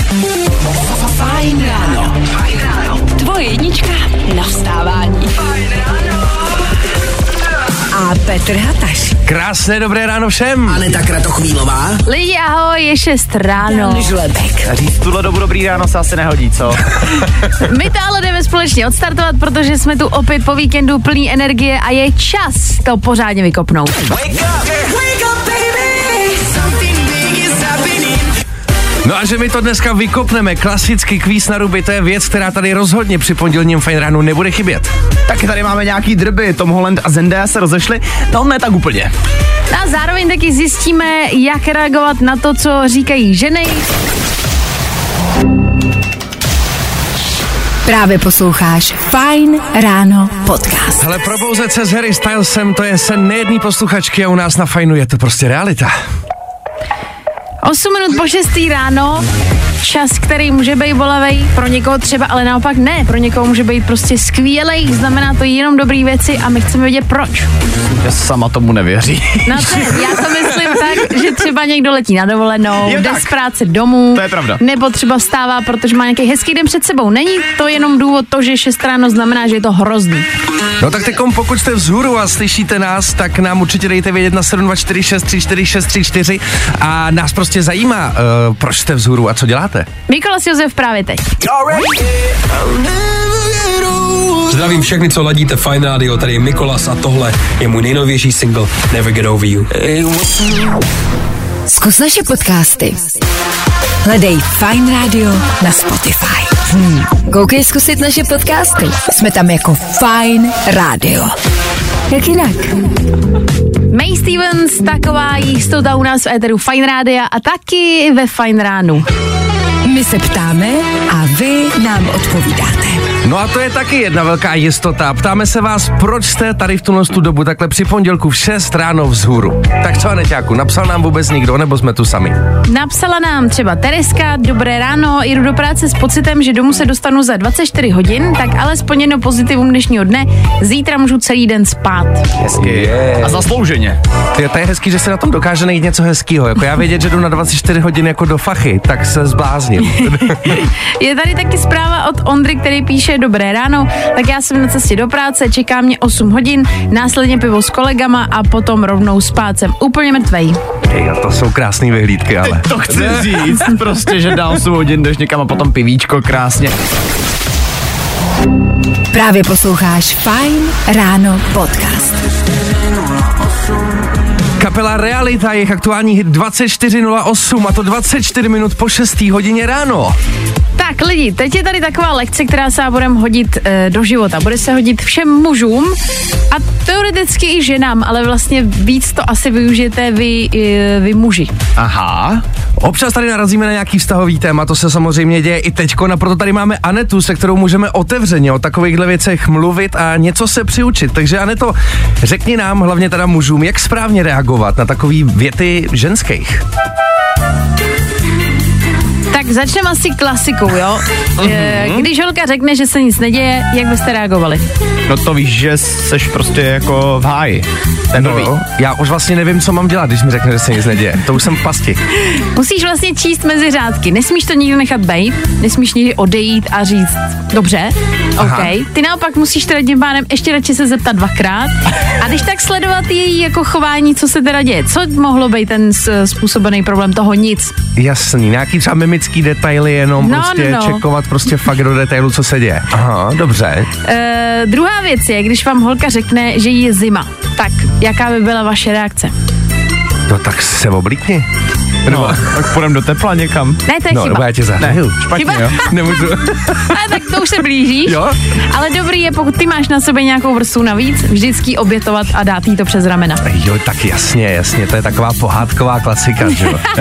Fajn ráno. Tvoje jednička na vstávání. A Petr Hataš. Krásné dobré ráno všem. Aneta Kratochvílová. Lidi, ahoj, je 6 ráno. Jan Žlebek. Říct tuhle dobu dobrý ráno se asi nehodí, co? My to ale jdeme společně odstartovat, protože jsme tu opět po víkendu plný energie a je čas to pořádně vykopnout. No a že my to dneska vykopneme, klasický kvíz na ruby, to je věc, která tady rozhodně při pondělním Fajn ránu nebude chybět. Taky tady máme nějaký drby, Tom Holland a Zendaya se rozešli, to ne tak úplně. A zároveň taky zjistíme, jak reagovat na to, co říkají ženy. Právě posloucháš Fajn ráno podcast. Hele, probouzet se s Harry Stylesem, to je sen nejedný posluchačky a u nás na Fajnu je to prostě realita. 8 minut po 6 ráno, čas, který může být bolavej, pro někoho třeba, ale naopak ne, pro někoho může být prostě skvělej, znamená to jenom dobrý věci a my chceme vědět proč. Já sama tomu nevěří. No já to myslím tak, že třeba někdo letí na dovolenou, jde z práce domů, to je pravda. Nebo třeba vstává, protože má nějaký hezký den před sebou. Není to jenom důvod to, že 6 ráno znamená, že je to hrozný. No tak teďkom, pokud jste vzhůru a slyšíte nás, tak nám určitě dejte vědět na 724634634 a nás prostě zajímá, proč jste vzhůru a co děláte. Mikolas Josef právě teď. Zdravím všechny, co ladíte Fajn rádio, tady je Mikolas a tohle je můj nejnovější single Never Get Over You. Zkus naše podcasty. Hledej Fajn rádio na Spotify. Koukej zkusit naše podcasty. Jsme tam jako Fajn rádio. Jak jinak? May Stevens, taková jistota u nás v éteru Fajn rádia a taky ve Fajn ránu. My se ptáme a vy nám odpovídáte. No a to je taky jedna velká jistota. Ptáme se vás, proč jste tady v tuhle dobu takhle při pondělku v 6 ráno vzhůru. Tak co, Aneťáku, napsal nám vůbec nikdo, nebo jsme tu sami? Napsala nám třeba Tereska, dobré ráno, jdu do práce s pocitem, že domů se dostanu za 24 hodin, tak alespoň jedno pozitivum dnešního dne, zítra můžu celý den spát. Hezky. A zaslouženě. To je hezký, že se na tom dokáže najít něco hezkýho. Jako já vědět, že jdu na 24 hodin jako do fachy, tak se zblázním. Je tady taky zpráva od Ondry, který píše, dobré ráno, tak já jsem na cestě do práce, čeká mě 8 hodin, následně pivo s kolegama a potom rovnou spát, jsem úplně mrtvej. To jsou krásné vyhlídky, ale. To chci říct, prostě, že dál 8 hodin jdeš někam a potom pivíčko krásně. Právě posloucháš Fajn ráno podcast. Kapela Realita, jejich aktuální hit 24:08 a to 24 minut po 6 hodině ráno. Tak lidi, teď je tady taková lekce, která se budeme hodit do života. Bude se hodit všem mužům a teoreticky i ženám, ale vlastně víc to asi využijete vy muži. Aha. Občas tady narazíme na nějaký vztahový téma, to se samozřejmě děje i teďko, a proto tady máme Anetu, se kterou můžeme otevřeně o takovýchhle věcech mluvit a něco se přiučit. Takže Aneto, řekni nám, hlavně teda mužům, jak správně reagovat na takový věty ženských. Tak začneme asi klasikou, jo? Když holka řekne, že se nic neděje, jak byste reagovali? No to víš, že seš prostě jako v háji. Já už vlastně nevím, co mám dělat, když mi řekne, že se nic neděje. To už jsem v pasti. Musíš vlastně číst mezi řádky. Nesmíš to nikdy nechat bejt, nesmíš nikdy odejít a říct, dobře, OK. Ty naopak musíš teda tím pádem ještě radši se zeptat dvakrát a když tak sledovat její jako chování, co se teda děje. Co mohlo být ten způsobený problém toho nic? Jasný, nějaký třeba mimický detaily jenom, čekovat prostě fakt do detailu, co se děje. Aha, dobře. Druhá věc je, když vám holka řekne, že jí je zima, tak jaká by byla vaše reakce? No tak se oblíkni. No, tak půjdem do tepla někam. Ne, to je chyba. No, já tě zahraju. Špatně, chyba? Jo? Nemůžu. Tak to už se blížíš. Jo? Ale dobrý je, pokud ty máš na sobě nějakou vrstvu navíc, vždycky obětovat a dát jí to přes ramena. Jo, tak jasně, to je taková pohádková klasika, že jo?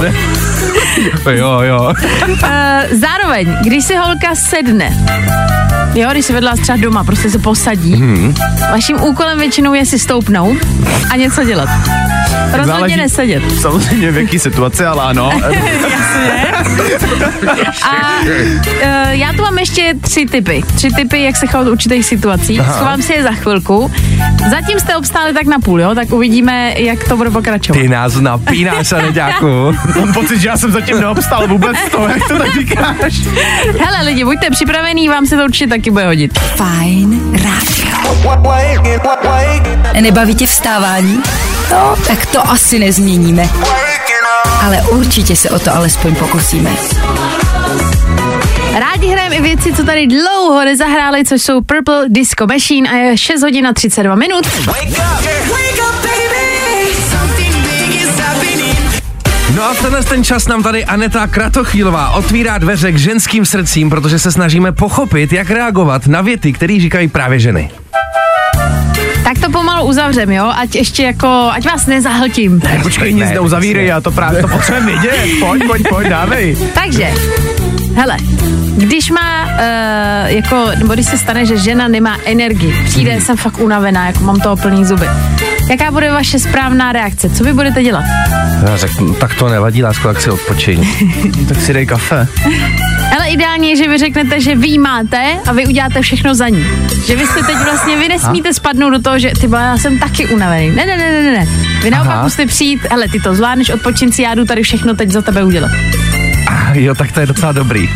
Jo. Zároveň, když si holka sedne, jo, když si vedla třeba doma, prostě se posadí, vaším úkolem většinou je si stoupnout a něco dělat. Rozhodně nesedět. Samozřejmě v jaký vždycky situaci, ale ano. Jasně. A já tu mám ještě 3 tipy. 3 tipy, jak se chovat v určitých situacích. Schovám si je za chvilku. Zatím jste obstáli tak na půl, jo? Tak uvidíme, jak to bude pokračovat. Ty nás napínáš, Aneťáku. Mám pocit, že já jsem zatím neobstál vůbec to, jak to tak říkáš. Hele lidi, buďte připravení, vám se to určitě taky bude hodit. Fajn rádio. Nebaví tě vstávání? No, tak to asi nezměníme. Ale určitě se o to alespoň pokusíme. Rádi hrajeme i věci, co tady dlouho nezahráli, což jsou Purple Disco Machine a je 6 hodin a 32 minut. No a v ten čas nám tady Aneta Kratochvílová otvírá dveře k ženským srdcím, protože se snažíme pochopit, jak reagovat na věty, které říkají právě ženy. Tak to pomalu uzavřem, jo? Ať vás nezahltím. Počkej, nic neuzavírej, já to právě to potřebuji vidět. Pojď, dávej. Takže, hele, když má, nebo když se stane, že žena nemá energii, přijde, jsem fakt unavená, jako mám toho plný zuby. Jaká bude vaše správná reakce? Co vy budete dělat? Já řeknu, tak to nevadí, lásko, tak si odpočiň. Tak si dej kafe. Ale ideálně je, že vy řeknete, že vy máte a vy uděláte všechno za ní. Že vy jste teď vlastně, vy nesmíte spadnout do toho, že já jsem taky unavený. Ne. Vy naopak musíte přijít, hele, ty to zvládneš, odpočin si, já jdu tady všechno teď za tebe udělat. Jo, tak to je docela dobrý.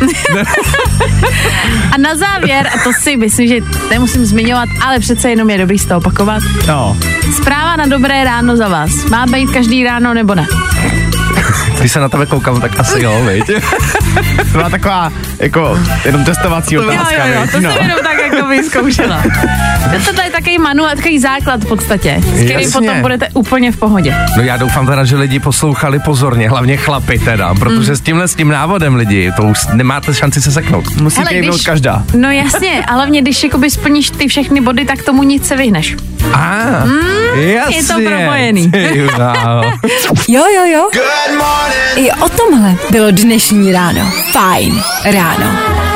A na závěr, a to si myslím, že nemusím zmiňovat, ale přece jenom je dobrý z toho opakovat. No. Zpráva na dobré ráno za vás. Má být každý ráno nebo ne? Když se na tebe koukám, tak asi jo, viď? To byla taková, jako, jenom testovací otázka, Jo, to jsem jenom tak jako vyzkoušela. To je takový manuál, takový základ v podstatě, s kterým potom budete úplně v pohodě. No já doufám teda, že lidi poslouchali pozorně, hlavně chlapy teda, protože s tím návodem lidi, to už nemáte šanci se seknout. Musí kejvnout každá. No jasně, ale hlavně, když jakoby splníš ty všechny body, tak tomu nic se vyhneš. Jasně. Je to propojený. Jo. I o tomhle bylo dnešní ráno. Fajn ráno.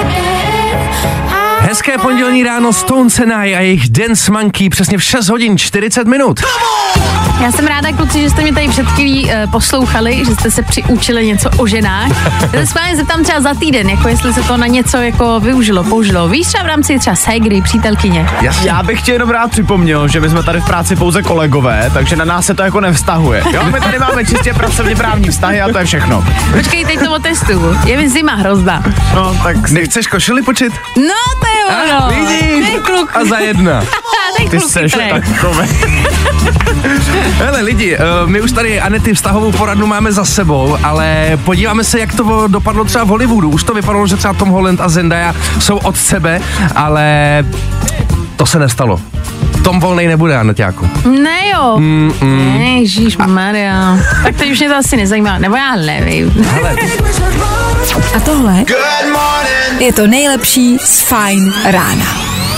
Hezké pondělní ráno, Stones and I a jejich Dance Monkey přesně v 6 hodin 40 minut. Já jsem ráda, kluci, že jste mě tady před chvílí poslouchali, že jste se přiučili něco o ženách. Já se schválně zeptám třeba za týden, jako jestli se to na něco jako použilo. Víš, třeba v rámci třeba ségry, přítelkyně. Jasně. Já bych ti jenom rád připomněl, že my jsme tady v práci pouze kolegové, takže na nás se to jako nevztahuje. Jo, my tady máme čistě pracovně právní vztahy a to je všechno. Počkej, teď to otestuju. Je mi zima hrozná. No, tak Nechceš košili počít? No, to je ono. Vidíš? Ty kluk. A za jedna. ty seš takové. Hele lidi, my už tady Anety vztahovou poradnu máme za sebou, ale podíváme se, jak to dopadlo třeba v Hollywoodu. Už to vypadalo, že třeba Tom Holland a Zendaya jsou od sebe, ale to se nestalo. Tom volnej nebude, Aneťáku. Ne jo. Ježišmarja. Tak teď už mě to asi nezajímá, nebo já nevím. Hele. A tohle je to nejlepší z Fajn rána.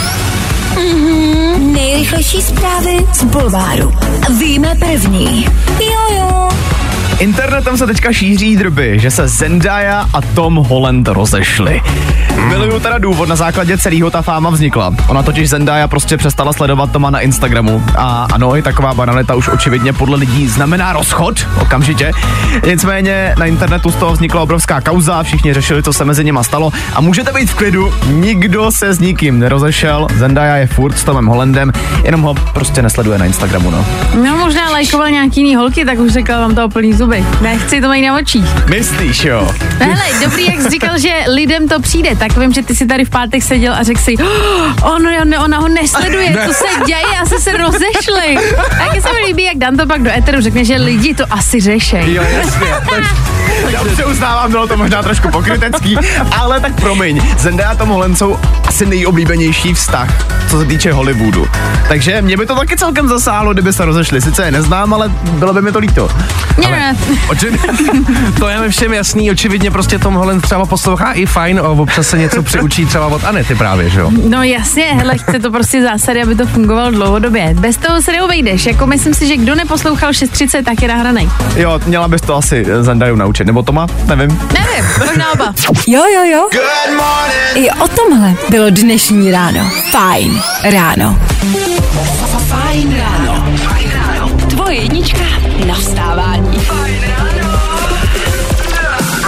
Nejrychlejší zprávy z bulváru. Víme první. Jo. Internetem se teďka šíří drby, že se Zendaya a Tom Holland rozešli. Miluju teda důvod, na základě celého ta fáma vznikla. Ona totiž Zendaya prostě přestala sledovat Toma na Instagramu. A ano, i taková banalita už očividně podle lidí znamená rozchod, okamžitě. Nicméně na internetu z toho vznikla obrovská kauza, všichni řešili, co se mezi nimi stalo. A můžete být v klidu, nikdo se s nikým nerozešel. Zendaya je furt s Tomem Hollandem, jenom ho prostě nesleduje na Instagramu, no. No možná lajkoval nějaký jiný holky, tak už řekla, vám to plný zuby. Nechci to mít na očích. Myslíš, jo? Hele, dobrý, jak jsi říkal, že lidem to přijde, tak vím, že ty si tady v pátek seděl a řekl si, ona ho nesleduje, co se děje, asi se rozešli. Taky se mi líbí, jak Dan to pak do éteru řekne, že lidi to asi řešejí. Jo, jasně. Já už se uznávám, bylo to možná trošku pokrytecký, ale tak promiň. Zendaya a Tom Holland jsou asi nejoblíbenější vztah, co se týče Hollywoodu. Takže mě by to taky celkem zasáhlo, kdyby se rozešli. Sice je neznám, ale bylo by mi to líto. Ne. To je mi všem jasný, očividně prostě Tom Holland třeba poslouchá i Fajn, občas se něco přiučí třeba od Anety právě, že jo? No jasně, hele, chce to prostě zásady, aby to fungovalo dlouhodobě. Bez toho se neobejdeš, jako myslím si, že kdo neposlouchal 6:30, tak je nahranej. Jo, měla bys to asi Zendayu naučit, nebo Toma, nevím. Nevím, možná oba. Jo. I o tomhle bylo dnešní ráno. Fajn ráno. Fajn ráno. Tvoje jednička na vstávání. Fajn ráno.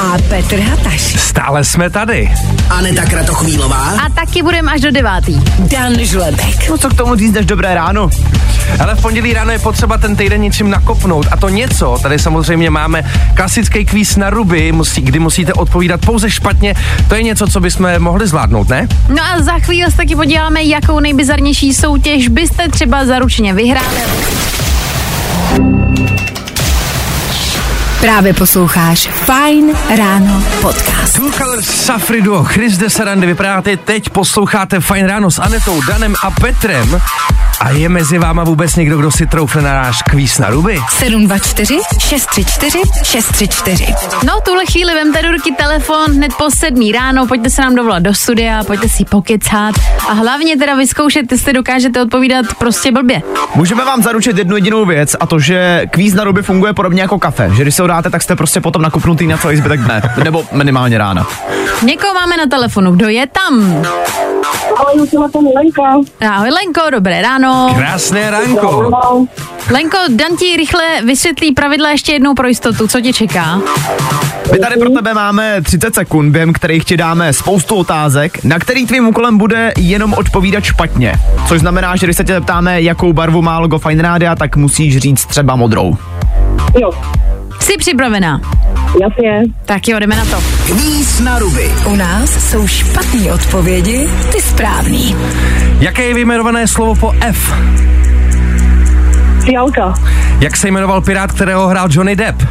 a Petr Hataš. Stále jsme tady. Aneta Kratochvílová. A taky budeme až do 9. Dan Žlebek. No co k tomu říct než dobré ráno? Ale v pondělí ráno je potřeba ten týden něčím nakopnout. A to něco, tady samozřejmě máme klasický kvíz na ruby, kdy musíte odpovídat pouze špatně. To je něco, co bychom mohli zvládnout, ne? No a za chvíli se taky podíváme, jakou nejbizarnější soutěž byste třeba zaručeně vyhráli. Právě posloucháš Fajn ráno podcast. Two Colors Safri Duo, Chris de Sarandy, vypadáte teď, posloucháte Fajn ráno s Anetou, Danem a Petrem. A je mezi váma vůbec někdo, kdo si troufne na náš kvíz na ruby? 724 634 634. No, tuhle chvíli vemte do ruky telefon hned po 7 ráno, pojďte se nám dovolat do studia, pojďte si pokecat a hlavně teda vyzkoušet, jestli dokážete odpovídat prostě blbě. Můžeme vám zaručit jednu jedinou věc, a to, že kvíz na ruby funguje podobně jako kafe, že když se ho dáte, tak jste prostě potom nakopnutý na celý zbytek dne, nebo minimálně rána. Někoho máme na telefonu, kdo je tam? Ahoj, telefon Lenka. Ahoj Lenko, dobré ráno. Krásné ránko. Lenko, Dan ti rychle vysvětlí pravidla ještě jednou pro jistotu, co tě čeká? My tady pro tebe máme 30 sekund, během kterých ti dáme spoustu otázek, na který tvým úkolem bude jenom odpovídat špatně. Což znamená, že když se tě zeptáme, jakou barvu má logo Fajn Rádia, tak musíš říct třeba modrou. Jo, Jsi připravená? jasně. Tak jo, jdeme na to. Kvíz na ruby. U nás jsou špatné odpovědi, ty správný. Jaké je vyjmenované slovo po F? Fialka. Jak se jmenoval pirát, kterého hrál Johnny Depp?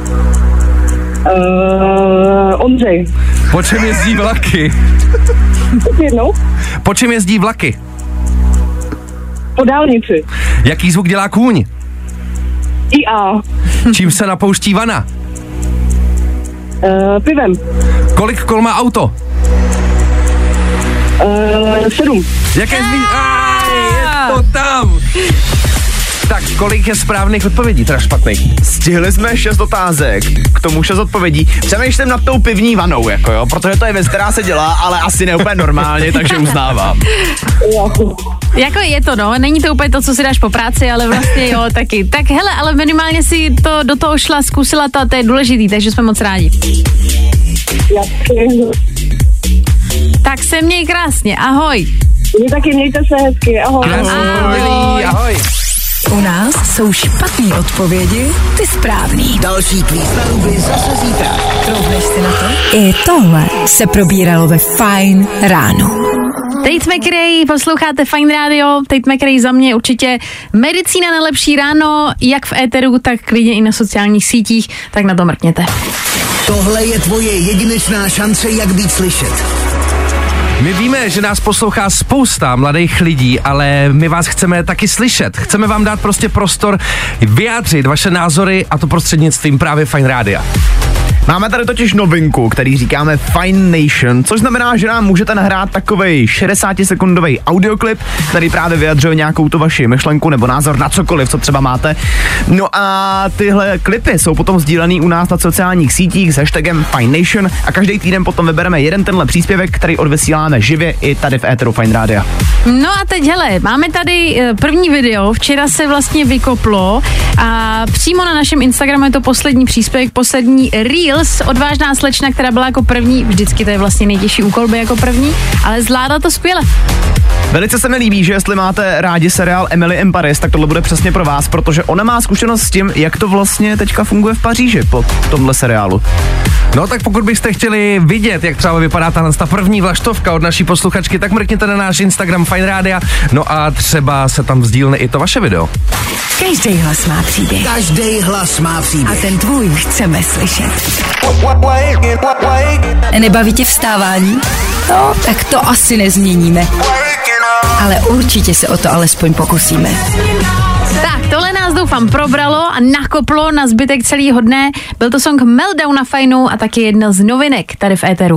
Ondřej. Po čem jezdí vlaky? Ještě jednou. Po čem jezdí vlaky? Po dálnici. Jaký zvuk dělá kůň? IA. Čím se napouští vana? Pivem. Kolik kol má auto? 7. Jaké je to tam! Tak, kolik je správných odpovědí, teda špatných? Stihli jsme 6 otázek, k tomu 6 odpovědí. Přemýšlím nad tou pivní vanou, jako jo, protože to je věc, která se dělá, ale asi ne úplně normálně, takže uznávám. Jako je to, no, není to úplně to, co si dáš po práci, ale vlastně jo, taky. Tak hele, ale minimálně si to do toho šla, zkusila to a to je důležitý, takže jsme moc rádi. Jasně. Tak se měj krásně, ahoj. Vy taky mějte se hezky, ahoj. Ahoj. Ahoj. U nás jsou špatné odpovědi, ty správný. Další kvíz na ruby zase zítra. Troufneš si na to? I tohle se probíralo ve Fajn ráno. Teď jsme Krej, posloucháte Fajn Radio, teď jsme Krej za mě určitě medicína na lepší ráno, jak v éteru, tak klidně i na sociálních sítích, tak na to mrkněte. Tohle je tvoje jedinečná šance, jak být slyšet. My víme, že nás poslouchá spousta mladých lidí, ale my vás chceme taky slyšet. Chceme vám dát prostě prostor vyjádřit vaše názory a to prostřednictvím právě Fajn Rádia. Máme tady totiž novinku, který říkáme Fine Nation, což znamená, že nám můžete nahrát takovej 60-sekundový audioklip, který právě vyjadřuje nějakou tu vaši myšlenku nebo názor na cokoliv, co třeba máte. No a tyhle klipy jsou potom sdílený u nás na sociálních sítích s hashtagem Fine Nation a každý týden potom vybereme jeden tenhle příspěvek, který odvysíláme živě i tady v éteru Fine Rádia. No a teď hele, máme tady první video, včera se vlastně vykoplo a přímo na našem Instagramu je to poslední příspěvek, poslední Reels, odvážná slečna, která byla jako první, vždycky to je vlastně nejtěžší úkol, by jako první, ale zvládla to skvěle. Velice se mi líbí, že jestli máte rádi seriál Emily in Paris, tak tohle bude přesně pro vás, protože ona má zkušenost s tím, jak to vlastně teďka funguje v Paříži po tomhle seriálu. No tak pokud byste chtěli vidět, jak třeba vypadá ta první vlaštovka od naší posluchačky, tak mrkněte na náš Instagram Fajn Rádia, no a třeba se tam sdílne i to vaše video. Každý hlas má příběh. Každý hlas má příběh. A ten tvůj chceme slyšet. Nebaví tě vstávání? No, tak to asi nezměníme. Ale určitě se o to alespoň pokusíme. Tak, tohle nás doufám probralo a nakoplo na zbytek celého dne. Byl to song Meltdown na Fajnu a taky jedna z novinek tady v éteru.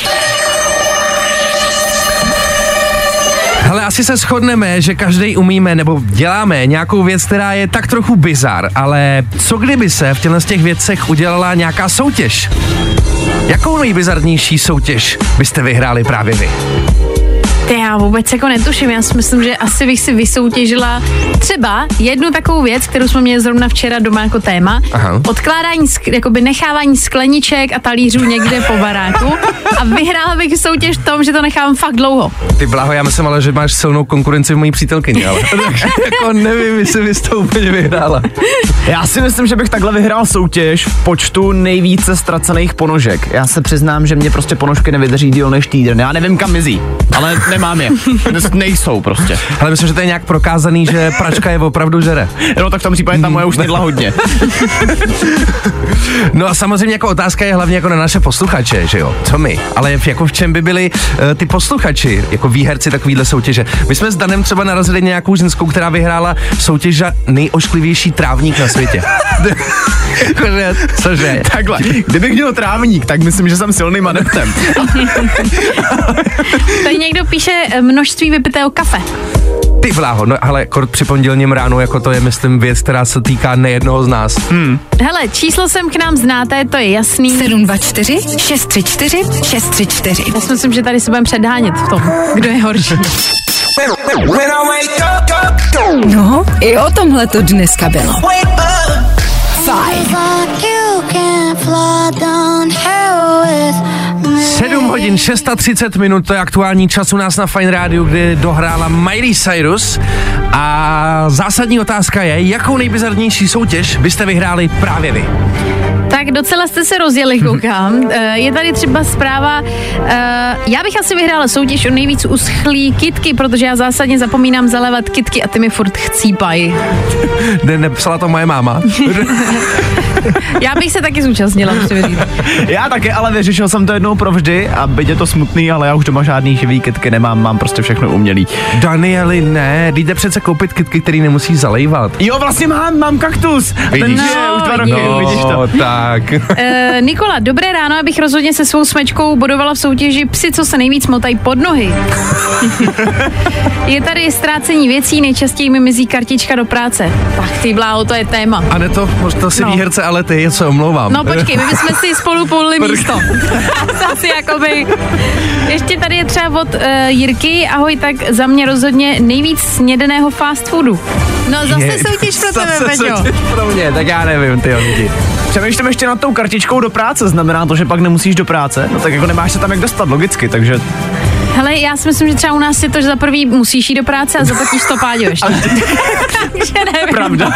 Hele, asi se shodneme, že každý umíme nebo děláme nějakou věc, která je tak trochu bizar, ale co kdyby se v těch věcech udělala nějaká soutěž? Jakou nejbizarnější soutěž byste vyhráli právě vy? Já vůbec jako netuším, já si myslím, že asi bych si vysoutěžila třeba jednu takovou věc, kterou jsme měli zrovna včera doma jako téma. Aha. Odkládání, jakoby nechávání skleniček a talířů někde po baráku a vyhrála bych soutěž v tom, že to nechám fakt dlouho. Ty bláho, já myslím ale, že máš silnou konkurenci v mojí přítelkyni, ale jako nevím, jestli bys to úplně vyhrála. Já si myslím, že bych takhle vyhrál soutěž v počtu nejvíce ztracených ponožek. Já se přiznám, že mě prostě ponožky nevydrží díl než týden. Já nevím, kam mizí, ale nemám je. Nejsou prostě. Ale myslím, že to je nějak prokázaný, že pračka je opravdu žere. No tak v tom případě ta moje už nedla hodně. No a samozřejmě jako otázka je hlavně jako na naše posluchače, že jo? Co my? Ale jako v čem by byli ty posluchači, jako výherci takovýhle soutěže? My jsme s Danem třeba narazili nějakou ženskou, která vyhrála soutěž za nejošklivější trávník na světě. Cože? Takhle, kdybych měl trávník, tak myslím, že jsem silným adeptem. Tady někdo píše množství vypitého kafe. Ty vláho, no ale kort při pondělním ránu, jako to je, myslím, věc, která se týká nejednoho z nás. Hele, číslo sem k nám znáte, to je jasný. 724 634 634. Já si myslím, že tady se budeme předhánět v tom, kdo je horší. No, i o tomhle to dneska bylo. Fajn. 7 hodin 630 minut, to je aktuální čas u nás na Fajn Rádiu, kdy dohrála Miley Cyrus. A zásadní otázka je, jakou nejbizarnější soutěž byste vyhráli právě vy? Tak docela jste se rozjeli, koukám. Je tady třeba zpráva, já bych asi vyhrála soutěž o nejvíc uschlý kytky, protože já zásadně zapomínám zalévat kytky a ty mi furt chcípají. Nepsala to moje máma. Já bych se taky zúčastnila, musím říct. Já taky, ale vyřešil jsem to jednou provždy a byť je to smutný, ale já už doma žádný živý kytky nemám, mám prostě všechno umělý. Danieli, ne, jde přece koupit kytky, který nemusí zalejvat. Jo, vlastně mám kaktus. Vidíš? Ten je už 2 roky, vidíš to. Tak. Nikola, dobré ráno, abych rozhodně se svou smečkou bodovala v soutěži Psi, co se nejvíc motají pod nohy. Je tady ztrácení věcí, nejčastěji mi mizí kartička do práce. Tak ty bláho, to je téma. A ne to, možná si výherce, ale ty, já se omlouvám. No počkej, my bychom si spolu polili místo. Asi jakoby. Ještě tady je třeba od Jirky, ahoj, tak za mě rozhodně nejvíc snědeného fast foodu. No zase soutěž pro tebe, Peťo. Soutěž pro mě, tak já nevím, ty lidi. Přemýšlím ještě nad tou kartičkou do práce, znamená to, že pak nemusíš do práce? No tak jako nemáš se tam jak dostat, logicky, takže... Hele, já si myslím, že třeba u nás je to, že za prvý musíš jít do práce a zaplatíš to Páďo ještě. Takže nevím. Pravda.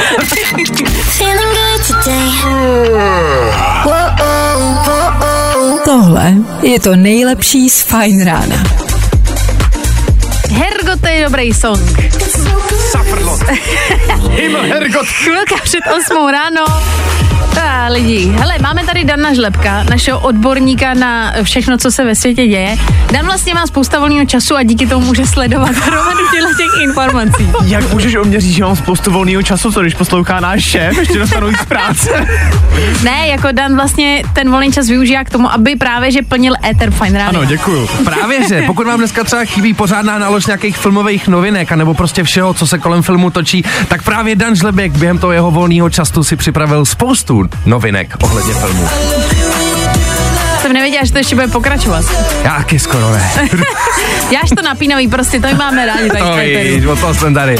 Tohle je to nejlepší z Fajn rána. Hergot, to je dobrý song. Safrlot. Hergot. Chvilka před 8 ráno. Lidi, hele, máme tady Dana Žlebka, našeho odborníka na všechno, co se ve světě děje. Dan vlastně má spousta volného času a díky tomu může sledovat hromadu těch informací. Jak můžeš o mě říct, že mám spoustu volného času, co když poslouchá náš šéf, ještě dostanu jít z práce? Ne, jako Dan vlastně ten volný čas využívá k tomu, aby právě že plnil éter Fajn Rádia. Ano, děkuju. Právě že, pokud vám dneska třeba chybí pořádná nálož nějakých filmových novinek, anebo prostě všeho, co se kolem filmu točí, tak právě Dan Žlebek během toho jeho volného času si připravil spoustu novinek ohledně filmu. Jsem nevěděla, že to ještě bude pokračovat. Já taky skoro ne. Jáž to napínavý, prostě to my máme rádi. O to jsem tady.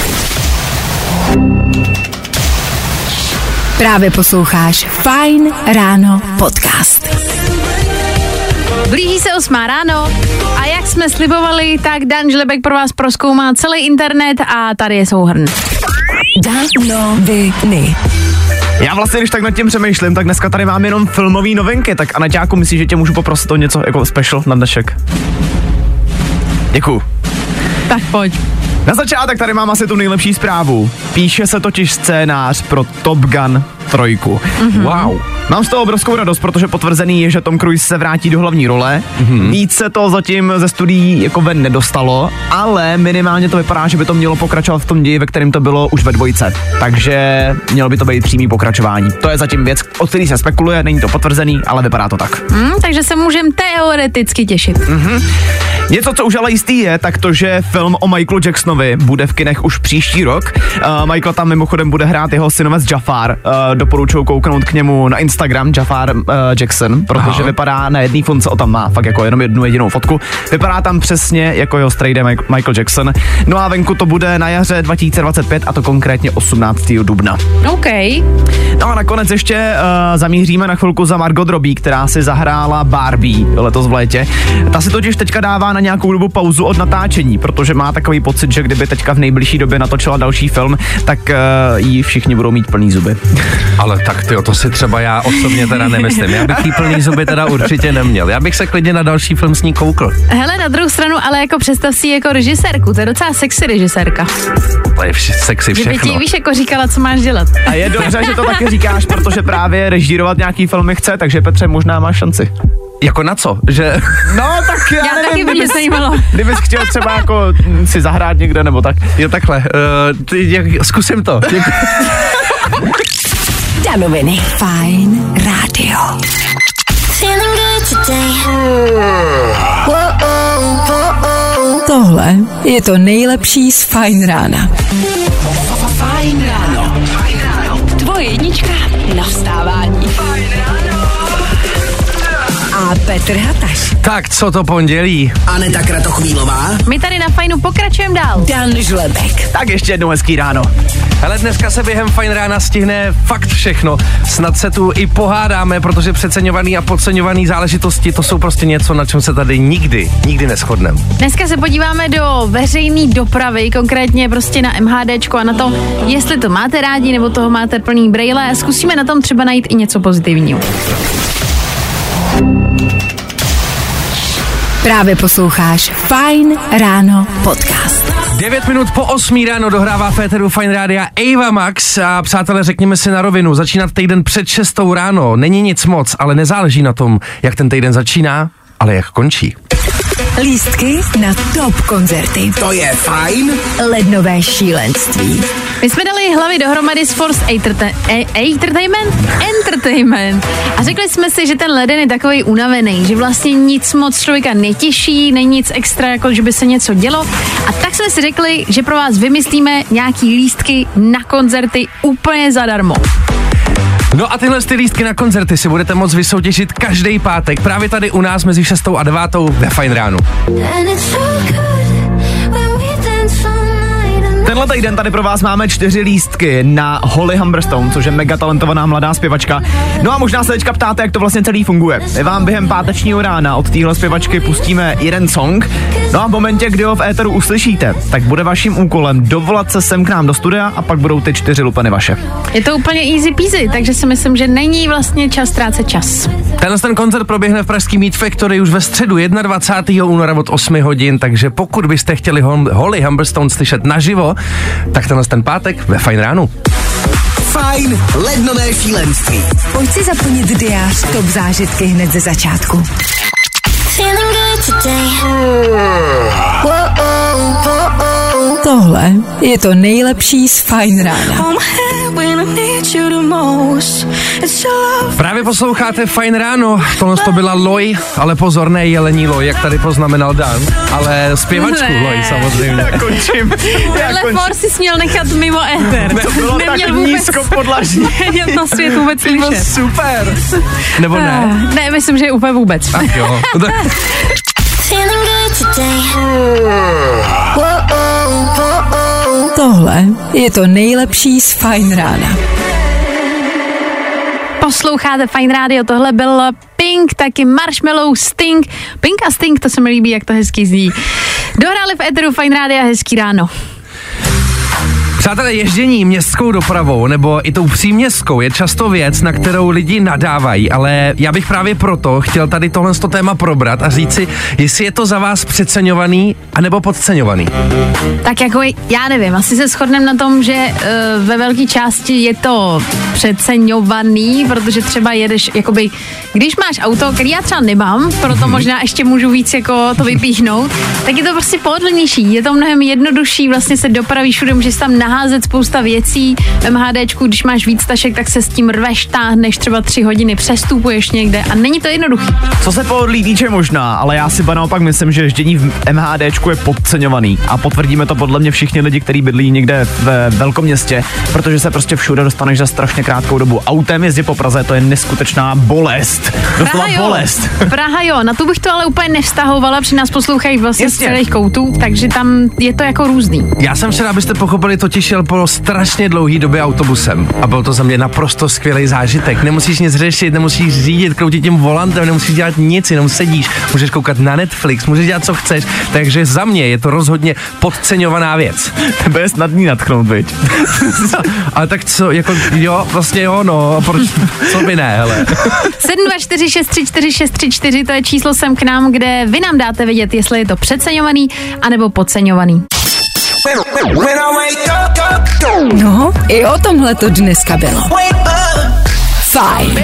Právě posloucháš Fajn ráno podcast. Blíží se 8 ráno a jak jsme slibovali, tak Dan Žlebek pro vás prozkoumá celý internet a tady je souhrn. Danoviny. Já vlastně, když tak nad tím přemýšlím, tak dneska tady mám jenom filmové novinky, tak Anaťáku, myslíš, že tě můžu poprosit o něco jako special na dnešek? Děkuju. Tak pojď. Na začátek tady mám asi tu nejlepší zprávu. Píše se totiž scénář pro Top Gun 3. Wow. Mám z toho obrovskou radost, protože potvrzený je, že Tom Cruise se vrátí do hlavní role. Víc se to zatím ze studií jako ven nedostalo, ale minimálně to vypadá, že by to mělo pokračovat v tom ději, ve kterém to bylo už ve 2. Takže mělo by to být přímý pokračování. To je zatím věc, o který se spekuluje, není to potvrzený, ale vypadá to tak. Takže se můžeme teoreticky těšit. Něco, co už ale jistý je, tak to, že film o Michaelu Jacksonovi bude v kinech už příští rok. Michael tam mimochodem bude hrát jeho synovec Jafar. Doporučuji kouknout k němu na Instagram, Jafar Jackson, protože vypadá na jedné fonce, tam má fakt jako jenom jednu jedinou fotku. Vypadá tam přesně jako jeho strejde Michael Jackson. No a venku to bude na jaře 2025 a to konkrétně 18. dubna. OK. No a nakonec ještě zamíříme na chvilku za Margot Robbie, která si zahrála Barbie letos v létě. Ta si totiž teďka dává na nějakou dobu pauzu od natáčení, protože má takový pocit, že kdyby teďka v nejbližší době natočila další film, tak jí všichni budou mít plný zuby. Ale tak tyjo, to si třeba já osobně teda nemyslím. Já bych jí plný zuby teda určitě neměl. Já bych se klidně na další film s ní koukl. Hele, na druhou stranu, ale jako představ si jako režisérku, to je docela sexy režisérka. To je sexy všechno. Že by ti víš jako říkala, co máš dělat. A je dobře, že to taky říkáš, protože právě režírovat nějaký filmy chce, takže Petře, možná máš šanci. Jako na co? Že... No tak já nevím, taky by mě zajímalo. Kdybys chtěl třeba jako si zahrát někde nebo tak. Jo takhle, zkusím to. Danoviny. Fajn rádio. Tohle je to nejlepší z Fajn rána. Fajn ráno. Tvoje jednička na vstávání. Fajn ráno. A Petr Hataš. Tak, co to pondělí? Aneta Kratochvílová. My tady na Fajnu pokračujeme dál. Dan Žlebek. Tak ještě jednou hezký ráno. Hele, dneska se během Fajn rána stihne fakt všechno. Snad se tu i pohádáme, protože přeceňovaný a podceňovaný záležitosti, to jsou prostě něco, na čem se tady nikdy neshodneme. Dneska se podíváme do veřejné dopravy, konkrétně prostě na MHDčko a na to, jestli to máte rádi, nebo toho máte plný brejle a zkusíme na tom třeba najít i něco pozitivního. Právě posloucháš Fajn ráno podcast. 9 minut po 8 ráno dohrává v éteru Fajn rádia Ava Max a přátelé, řekněme si na rovinu, začínat týden před 6 ráno není nic moc, ale nezáleží na tom, jak ten týden začíná, ale jak končí. Lístky na top koncerty. To je fajn. Lednové šílenství. My jsme dali hlavy dohromady s Force Entertainment a řekli jsme si, že ten leden je takovej unavený, že vlastně nic moc člověka netěší, není nic extra, jako že by se něco dělo. A tak jsme si řekli, že pro vás vymyslíme nějaký lístky na koncerty úplně zadarmo. No a tyhle lístky na koncerty si budete moct vysoutěžit každý pátek právě tady u nás mezi 6 a 9 ve Fajn ránu. Tenhle týden tady pro vás máme 4 lístky na Holly Humberstone, což je mega talentovaná mladá zpěvačka. No a možná se teďka ptáte, jak to vlastně celý funguje. My vám během pátečního rána od téhle zpěvačky pustíme jeden song. No a v momentě, kdy ho v éteru uslyšíte, tak bude vaším úkolem dovolat se sem k nám do studia a pak budou ty 4 lupeny vaše. Je to úplně easy peasy, takže si myslím, že není vlastně čas ztrácet čas. Ten koncert proběhne v pražský Meet Factory už ve středu 21. února od 8 hodin, takže pokud byste chtěli Holly Humberstone slyšet naživo, tak ten pátek ve Fajn ránu. Fajn lednové šílenství. Pojď si zaplnit diář top zážitky hned ze začátku. Tohle je to nejlepší z Fajn rána. Právě posloucháte Fajn ráno, tohle to byla Loj, ale pozor, ne jelení Loj, jak tady poznamenal Dan, ale zpěvačku Loj samozřejmě. Končím. Tohle Force si měl nechat mimo éter. To bylo Neměl tak vůbec, nízkopodlažní. neměl na svět vůbec slyšet. Super. Nebo ne? Ne, myslím, že je úplně vůbec. Tak jo. Tohle je to nejlepší z Fajn rána. Posloucháte Fajn rádio, tohle byl Pink, taky Marshmallow, Sting. Pink a Sting, to se mi líbí, jak to hezky zní. Dohráli v éteru Fajn rádia, hezký ráno. Přátelé, ježdění městskou dopravou nebo i tou příměstskou je často věc, na kterou lidi nadávají, ale já bych právě proto chtěl tady tohle téma probrat a říct si, jestli je to za vás přeceňovaný anebo podceňovaný. Tak jako já nevím, asi se shodneme na tom, že ve velké části je to přeceňovaný, protože třeba jedeš, jakoby, když máš auto, který já třeba nemám, proto možná ještě můžu víc jako to vypíchnout, tak je to prostě pohodlnější, je to mnohem jednodušší, vlastně se dopravíš všude, můžeš tam naházet naházet spousta věcí. V MHDčku, když máš víc tašek, tak se s tím rveš, táhneš třeba 3 hodiny, přestupuješ někde a není to jednoduchý. Co se pohodlí týče možná, ale já si naopak myslím, že ježdění v MHDčku je podceňovaný a potvrdíme to podle mě všichni lidi, kteří bydlí někde v velkom městě, protože se prostě všude dostaneš za strašně krátkou dobu. Autem jezdit po Praze, to je neskutečná bolest. Doslova bolest. Praha jo, na tu bych to ale úplně nevztahovala, při nás poslouchají vlastně z celých koutů, takže tam je to jako různý. Já jsem včera, abyste pochopili, totiž jel po strašně dlouhý době autobusem a byl to za mě naprosto skvělý zážitek. Nemusíš nic řešit, nemusíš řídit, kroutit tím volantem, nemusíš dělat nic, jenom sedíš, můžeš koukat na Netflix, můžeš dělat co chceš, takže za mě je to rozhodně podceňovaná věc. Tebe je snadný nadchnout, viď? Ale tak co, jako jo, vlastně jo, no, proč, co by ne, hele. 724634634, to je číslo sem k nám, kde vy nám dáte vědět, jestli je to přeceňovaný anebo podceňovaný. No, i o tomhle to dneska bylo. Fajn.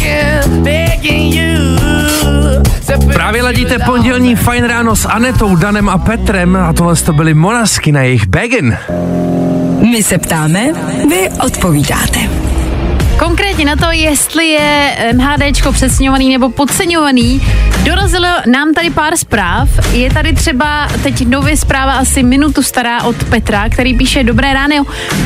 Právě ladíte pondělní Fajn ráno s Anetou, Danem a Petrem a tohle to byly Monasky na jejich Begin. My se ptáme, vy odpovídáte. Konkrétně na to, jestli je MHDčko přeceňovaný nebo podceňovaný, dorazilo nám tady pár zpráv. Je tady třeba teď nově zpráva asi minutu stará od Petra, který píše Dobré ráno.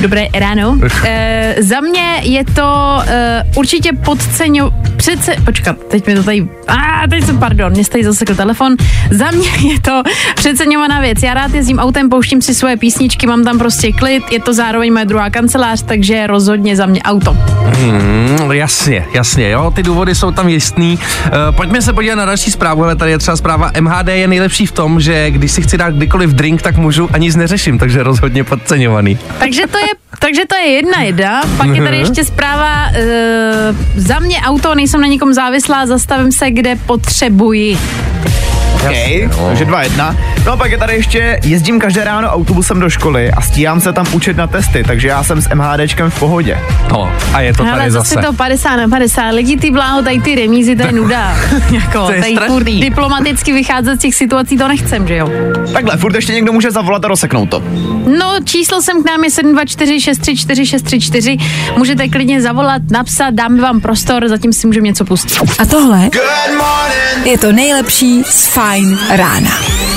Za mě je to určitě počkat, teď mi to tady... mě tady zasekl telefon. Za mě je to přeceňovaná věc. Já rád jezdím autem, pouštím si svoje písničky, mám tam prostě klid, je to zároveň moje druhá kancelář, takže rozhodně za mě auto. Jasně, jo, ty důvody jsou tam jistný. Pojďme se podívat na další zprávu, ale tady je třeba zpráva MHD je nejlepší v tom, že když si chci dát kdykoliv drink, tak můžu a nic neřeším, takže rozhodně podceňovaný. Takže to je jedna. Pak je tady ještě zpráva za mě auto, nejsem na nikom závislá, zastavím se, kde potřebuji. Okay, takže 2-1. No a pak je tady ještě, jezdím každé ráno autobusem do školy a stíhám se tam učit na testy, takže já jsem s MHDčkem v pohodě. No, a je to tady hele, zase. to 50/50, lidi ty bláho, tady ty remízy, to je nuda. Jako, to je tady furt diplomaticky vycházet z těch situací, to nechcem, že jo? Takhle, furt ještě někdo může zavolat a rozseknout to. No, číslo sem k nám je 724634634, můžete klidně zavolat, napsat, dáme vám prostor, zatím si můžeme něco pustit. A tohle je to nejlepší z Fajn rána.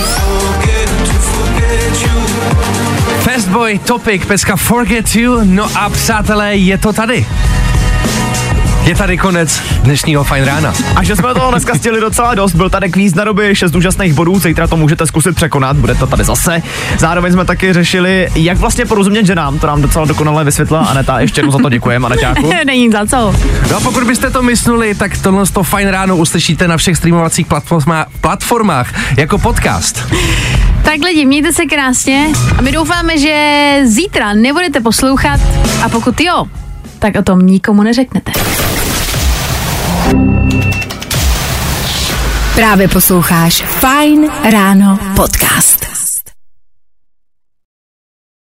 Fastboy, Topic, peska Forget You, no a přátelé, je to tady. Je tady konec dnešního Fajn rána. A že jsme toho dneska stihli docela dost, byl tady kvíz na doby 6 úžasných bodů, zítra to můžete zkusit překonat, bude to tady zase. Zároveň jsme taky řešili, jak vlastně porozumět ženám, to nám docela dokonale vysvětlila Aneta, ještě jednou za to děkujeme, Aneťáku. Není za co. No a pokud byste to mysleli, tak tohle Fajn ráno uslyšíte na všech streamovacích platformách jako podcast. Tak lidi, mějte se krásně a my doufáme, že zítra nebudete poslouchat a pokud jo, tak o tom nikomu neřeknete. Právě posloucháš Fajn ráno podcast.